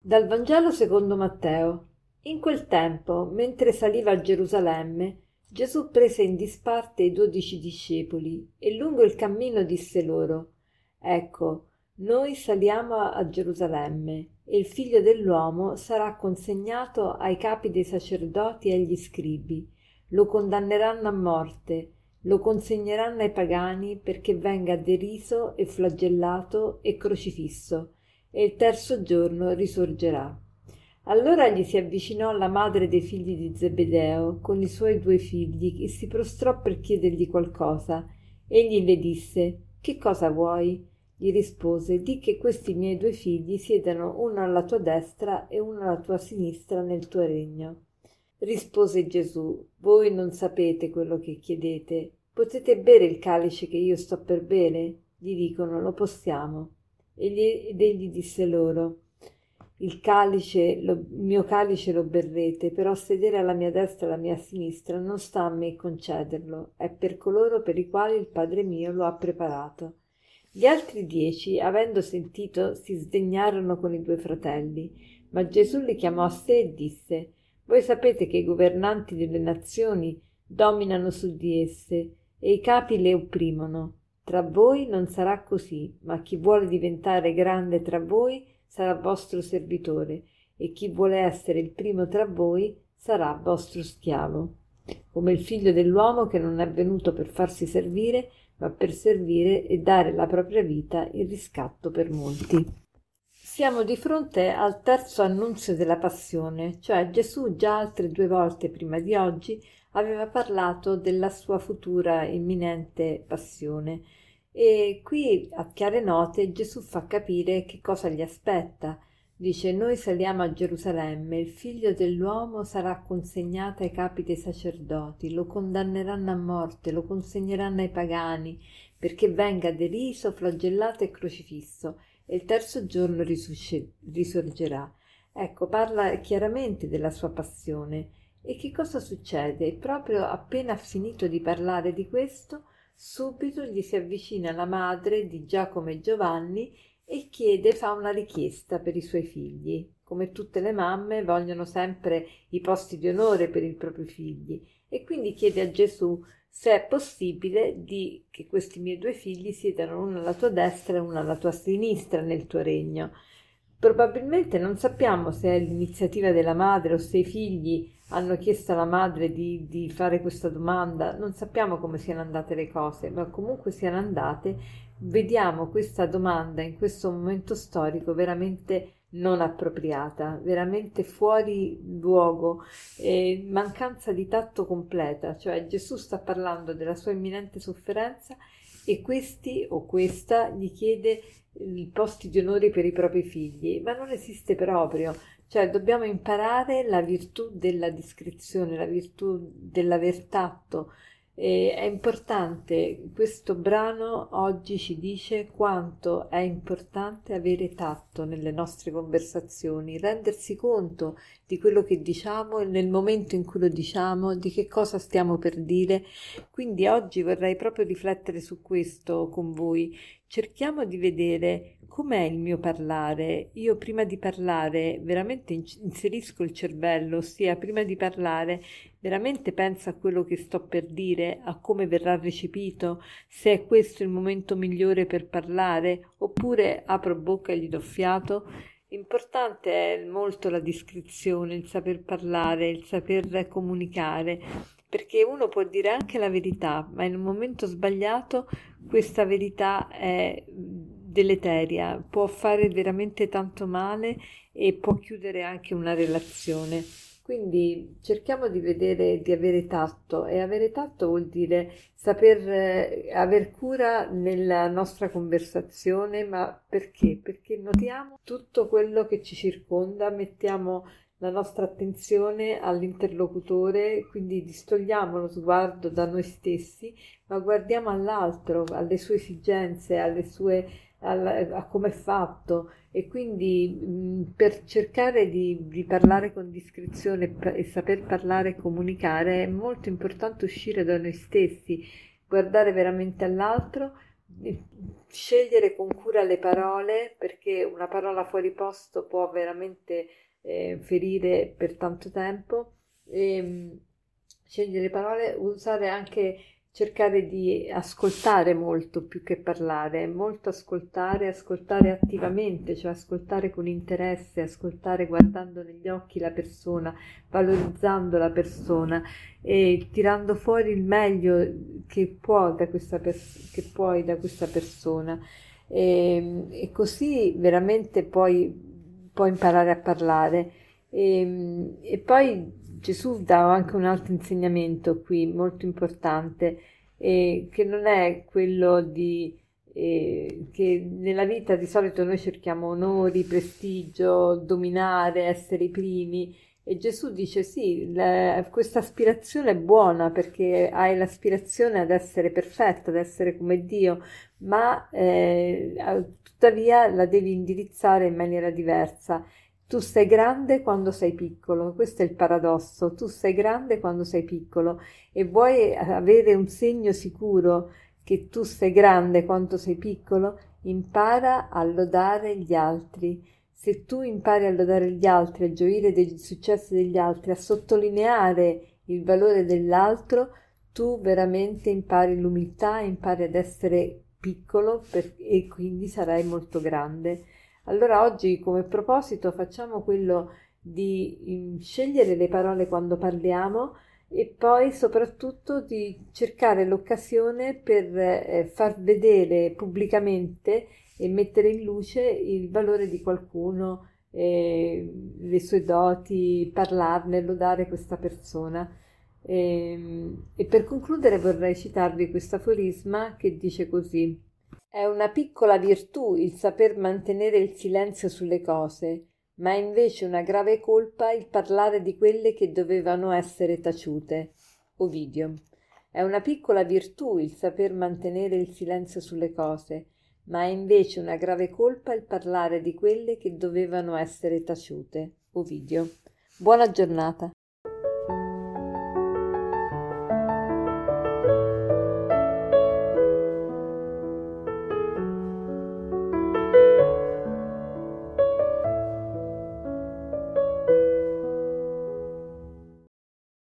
Dal Vangelo secondo Matteo. In quel tempo, mentre saliva a Gerusalemme, Gesù prese in disparte i 12 discepoli e lungo il cammino disse loro: Ecco, noi saliamo a Gerusalemme e il Figlio dell'uomo sarà consegnato ai capi dei sacerdoti e agli scribi. Lo condanneranno a morte, lo consegneranno ai pagani perché venga deriso e flagellato e crocifisso, e il terzo giorno risorgerà. Allora gli si avvicinò la madre dei figli di Zebedeo con i suoi 2 figli e si prostrò per chiedergli qualcosa. Egli le disse: Che cosa vuoi? Gli rispose: Di che questi miei 2 figli siedano uno alla tua destra e uno alla tua sinistra nel tuo regno. Rispose Gesù: Voi non sapete quello che chiedete. Potete bere il calice che io sto per bere? Gli dicono: Lo possiamo. Ed egli disse loro: il mio calice lo berrete, però sedere alla mia destra e alla mia sinistra non sta a me concederlo, è per coloro per i quali il Padre mio lo ha preparato. Gli altri 10, avendo sentito, si sdegnarono con i 2 fratelli, ma Gesù li chiamò a sé e disse: Voi sapete che i governanti delle nazioni dominano su di esse e i capi le opprimono. Tra voi non sarà così, ma chi vuole diventare grande tra voi sarà vostro servitore, e chi vuole essere il primo tra voi sarà vostro schiavo. Come il Figlio dell'uomo che non è venuto per farsi servire, ma per servire e dare la propria vita in riscatto per molti. Siamo di fronte al terzo annunzio della passione, cioè Gesù già altre 2 volte prima di oggi aveva parlato della sua futura imminente passione e qui a chiare note Gesù fa capire che cosa gli aspetta. Dice: Noi saliamo a Gerusalemme, il Figlio dell'uomo sarà consegnato ai capi dei sacerdoti, lo condanneranno a morte, lo consegneranno ai pagani, perché venga deriso, flagellato e crocifisso, e il terzo giorno risorgerà. Ecco, parla chiaramente della sua passione. E che cosa succede? Proprio appena finito di parlare di questo, subito gli si avvicina la madre di Giacomo e Giovanni e fa una richiesta per i suoi figli. Come tutte le mamme vogliono sempre i posti di onore per i propri figli e quindi chiede a Gesù se è possibile che questi miei 2 figli siedano uno alla tua destra e uno alla tua sinistra nel tuo regno. Probabilmente non sappiamo se è l'iniziativa della madre o se i figli hanno chiesto alla madre di fare questa domanda, non sappiamo come siano andate le cose, ma comunque siano andate, vediamo questa domanda in questo momento storico veramente non appropriata, veramente fuori luogo, mancanza di tatto completa, cioè Gesù sta parlando della sua imminente sofferenza e questi o questa gli chiede i posti di onore per i propri figli, ma non esiste proprio. Cioè dobbiamo imparare la virtù della discrezione, la virtù dell'aver tatto. È importante, questo brano oggi ci dice quanto è importante avere tatto nelle nostre conversazioni, rendersi conto di quello che diciamo e nel momento in cui lo diciamo, di che cosa stiamo per dire. Quindi oggi vorrei proprio riflettere su questo con voi. Cerchiamo di vedere com'è il mio parlare. Io prima di parlare veramente inserisco il cervello, ossia prima di parlare veramente penso a quello che sto per dire, a come verrà recepito, se è questo il momento migliore per parlare, oppure apro bocca e gli do fiato. Importante è molto la discrezione, il saper parlare, il saper comunicare, perché uno può dire anche la verità, ma in un momento sbagliato questa verità è deleteria, può fare veramente tanto male e può chiudere anche una relazione. Quindi cerchiamo di vedere, di avere tatto, e avere tatto vuol dire saper aver cura nella nostra conversazione, ma perché? Perché notiamo tutto quello che ci circonda, mettiamo la nostra attenzione all'interlocutore, quindi distogliamo lo sguardo da noi stessi, ma guardiamo all'altro, alle sue esigenze, a come è fatto, e quindi per cercare di parlare con discrezione e saper parlare e comunicare è molto importante uscire da noi stessi, guardare veramente all'altro, scegliere con cura le parole, perché una parola fuori posto può veramente ferire per tanto tempo. Scegliere parole, usare anche, cercare di ascoltare molto più che parlare, molto ascoltare, ascoltare attivamente, cioè ascoltare con interesse, ascoltare guardando negli occhi la persona, valorizzando la persona e tirando fuori il meglio che può da questa che puoi da questa persona. E così veramente puoi imparare a parlare. E poi Gesù dà anche un altro insegnamento qui molto importante, che non è quello che nella vita di solito noi cerchiamo onori, prestigio, dominare, essere i primi. E Gesù dice sì, questa aspirazione è buona perché hai l'aspirazione ad essere perfetta, ad essere come Dio, ma tuttavia la devi indirizzare in maniera diversa. Tu sei grande quando sei piccolo, questo è il paradosso, tu sei grande quando sei piccolo e vuoi avere un segno sicuro che tu sei grande quando sei piccolo, impara a lodare gli altri. Se tu impari a lodare gli altri, a gioire dei successi degli altri, a sottolineare il valore dell'altro, tu veramente impari l'umiltà, impari ad essere piccolo e quindi sarai molto grande. Allora oggi come proposito facciamo quello di scegliere le parole quando parliamo e poi soprattutto di cercare l'occasione per far vedere pubblicamente e mettere in luce il valore di qualcuno, le sue doti, parlarne, lodare questa persona. E per concludere vorrei citarvi questo aforisma che dice così: è una piccola virtù il saper mantenere il silenzio sulle cose, ma è invece una grave colpa il parlare di quelle che dovevano essere taciute. Ovidio. È una piccola virtù il saper mantenere il silenzio sulle cose, ma è invece una grave colpa il parlare di quelle che dovevano essere taciute. Ovidio. Buona giornata.